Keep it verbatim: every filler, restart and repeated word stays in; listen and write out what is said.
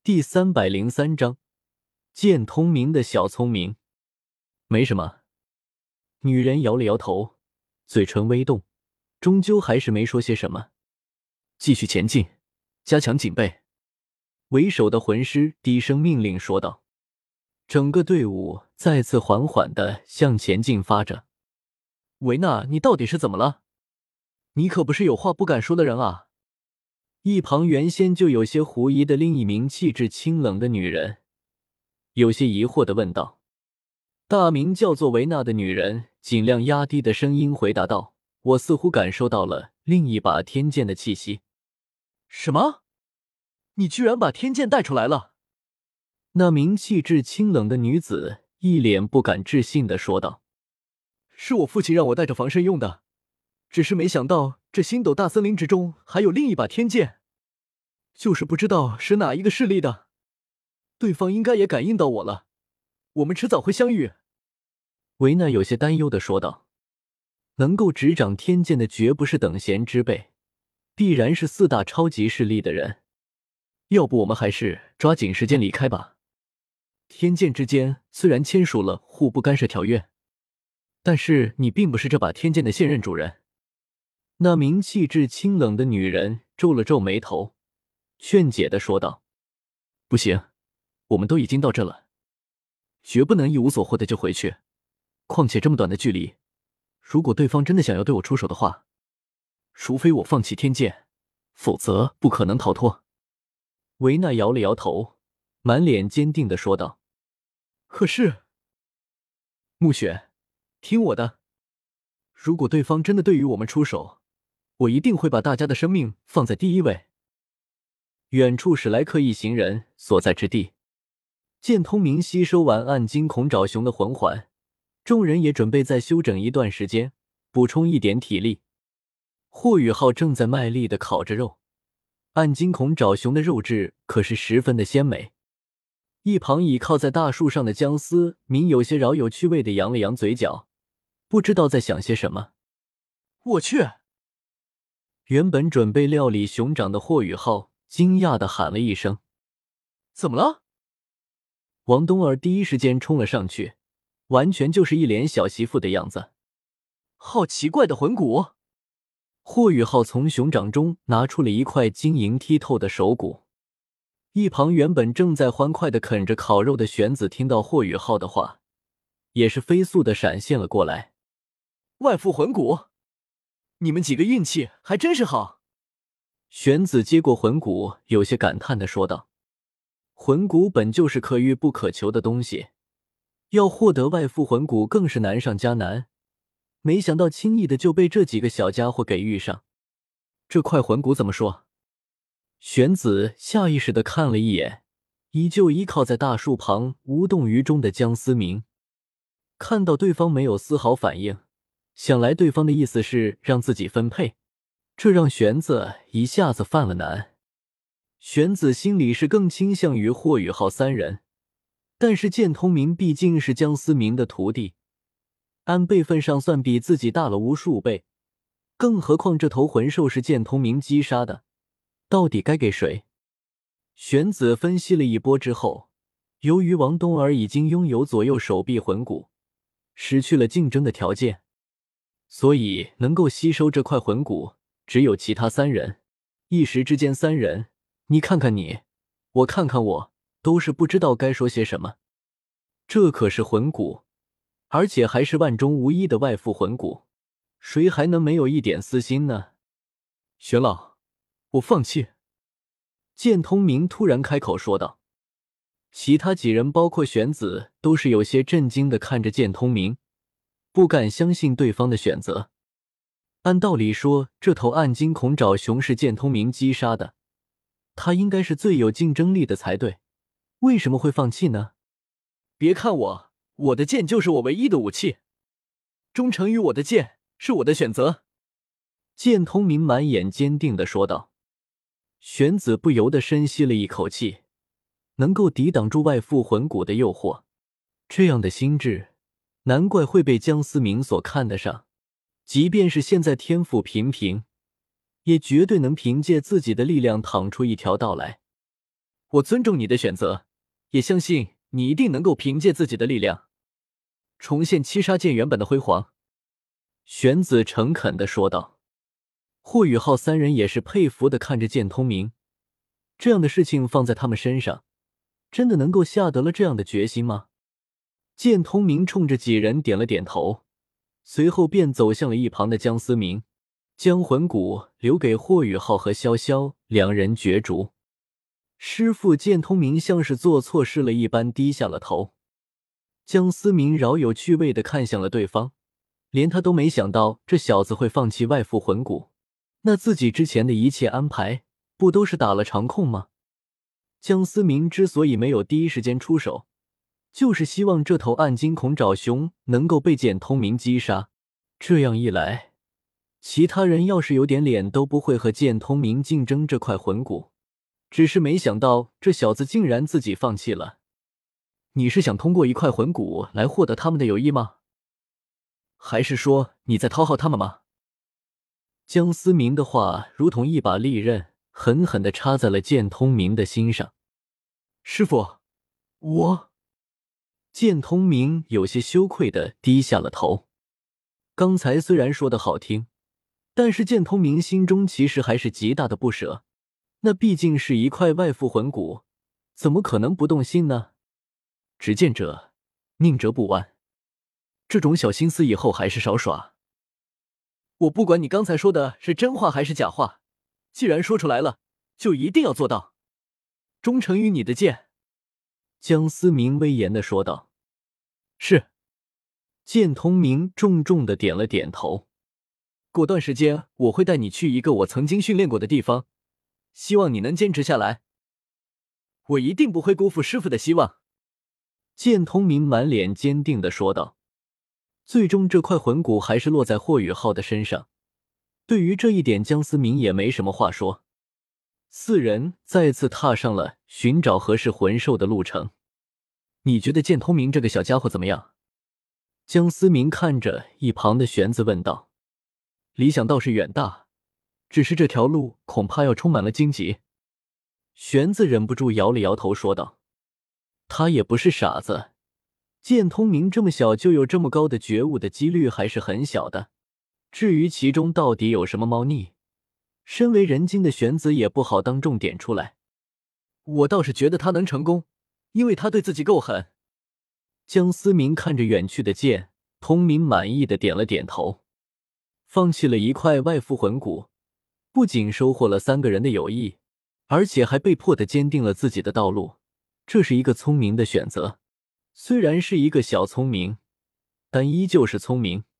第三百零三章，见通明的小聪明。没什么。女人摇了摇头，嘴唇微动，终究还是没说些什么。继续前进，加强警备。为首的魂师低声命令说道。整个队伍再次缓缓地向前进发着。维纳，你到底是怎么了？你可不是有话不敢说的人啊。一旁原先就有些狐疑的另一名气质清冷的女人，有些疑惑地问道。大名叫做维纳的女人尽量压低的声音回答道：我似乎感受到了另一把天剑的气息。什么？你居然把天剑带出来了？那名气质清冷的女子一脸不敢置信地说道。是我父亲让我带着防身用的，只是没想到这星斗大森林之中还有另一把天剑，就是不知道是哪一个势力的。对方应该也感应到我了，我们迟早会相遇。维纳有些担忧地说道。能够执掌天剑的绝不是等闲之辈，必然是四大超级势力的人。要不我们还是抓紧时间离开吧。天剑之间虽然签署了互不干涉条约，但是你并不是这把天剑的现任主人。那名气质清冷的女人皱了皱眉头，劝解地说道。不行，我们都已经到这了，绝不能一无所获的就回去。况且这么短的距离，如果对方真的想要对我出手的话，除非我放弃天剑，否则不可能逃脱。维纳摇了摇头，满脸坚定地说道。可是，暮雪，听我的，如果对方真的对于我们出手，我一定会把大家的生命放在第一位。远处史莱克一行人所在之地，见通明吸收完暗金恐爪熊的魂环，众人也准备再休整一段时间，补充一点体力。霍雨浩正在卖力地烤着肉，暗金恐爪熊的肉质可是十分的鲜美。一旁倚靠在大树上的姜思明有些饶有趣味地扬了扬嘴角，不知道在想些什么。我去！原本准备料理熊掌的霍雨浩惊讶地喊了一声。怎么了？王冬儿第一时间冲了上去，完全就是一脸小媳妇的样子。好奇怪的魂骨！霍雨浩从熊掌中拿出了一块晶莹剔透的手骨。一旁原本正在欢快地啃着烤肉的玄子听到霍雨浩的话，也是飞速地闪现了过来。外附魂骨，你们几个运气还真是好。玄子接过魂骨，有些感叹地说道。魂骨本就是可遇不可求的东西，要获得外附魂骨更是难上加难，没想到轻易的就被这几个小家伙给遇上。这块魂骨怎么说？玄子下意识地看了一眼依旧依靠在大树旁无动于衷的姜思明，看到对方没有丝毫反应，想来对方的意思是让自己分配，这让玄子一下子犯了难。玄子心里是更倾向于霍雨浩三人，但是剑通明毕竟是姜思明的徒弟，按辈分上算比自己大了无数倍，更何况这头魂兽是剑通明击杀的，到底该给谁？玄子分析了一波之后，由于王冬儿已经拥有左右手臂魂骨，失去了竞争的条件，所以能够吸收这块魂骨只有其他三人。一时之间三人，你看看你，我看看我，都是不知道该说些什么。这可是魂骨，而且还是万中无一的外附魂骨，谁还能没有一点私心呢？玄老，我放弃。剑通明突然开口说道。其他几人包括玄子都是有些震惊地看着剑通明，不敢相信对方的选择。按道理说，这头暗金恐爪熊是剑通明击杀的，他应该是最有竞争力的才对，为什么会放弃呢？别看我，我的剑就是我唯一的武器，忠诚于我的剑是我的选择。剑通明满眼坚定地说道。玄子不由得深吸了一口气，能够抵挡住外附魂骨的诱惑，这样的心智，难怪会被姜思明所看得上。即便是现在天赋平平，也绝对能凭借自己的力量淌出一条道来。 我尊重你的选择，也相信你一定能够凭借自己的力量，重现七杀剑原本的辉煌。玄子诚恳地说道。霍雨浩三人也是佩服地看着剑通明，这样的事情放在他们身上，真的能够下得了这样的决心吗？剑通明冲着几人点了点头，随后便走向了一旁的江思明，将魂骨留给霍雨浩和潇潇两人角逐。师父剑通明像是做错事了一般低下了头。江思明饶有趣味地看向了对方，连他都没想到这小子会放弃外附魂骨，那自己之前的一切安排不都是打了长空吗？江思明之所以没有第一时间出手，就是希望这头暗金恐爪熊能够被剑通明击杀，这样一来，其他人要是有点脸都不会和剑通明竞争这块魂骨。只是没想到这小子竟然自己放弃了。你是想通过一块魂骨来获得他们的友谊吗？还是说你在讨好他们吗？江思明的话如同一把利刃，狠狠地插在了剑通明的心上。师父，我……剑通明有些羞愧地低下了头。刚才虽然说的好听，但是剑通明心中其实还是极大的不舍。那毕竟是一块外附魂骨，怎么可能不动心呢？执剑者，宁折不弯。这种小心思以后还是少耍。我不管你刚才说的是真话还是假话，既然说出来了，就一定要做到。忠诚于你的剑。江思明威严地说道。是。剑通明重重地点了点头。过段时间我会带你去一个我曾经训练过的地方，希望你能坚持下来。我一定不会辜负师父的希望。剑通明满脸坚定地说道。最终这块魂骨还是落在霍雨浩的身上，对于这一点江思明也没什么话说。四人再次踏上了寻找合适魂兽的路程。你觉得剑通明这个小家伙怎么样？江思明看着一旁的玄子问道。理想倒是远大，只是这条路恐怕要充满了荆棘。玄子忍不住摇了摇头说道。他也不是傻子，剑通明这么小就有这么高的觉悟的几率还是很小的。至于其中到底有什么猫腻，身为人精的玄子也不好当众点出来。我倒是觉得他能成功，因为他对自己够狠。江思明看着远去的剑通明满意的点了点头。放弃了一块外附魂骨，不仅收获了三个人的友谊，而且还被迫的坚定了自己的道路，这是一个聪明的选择。虽然是一个小聪明，但依旧是聪明。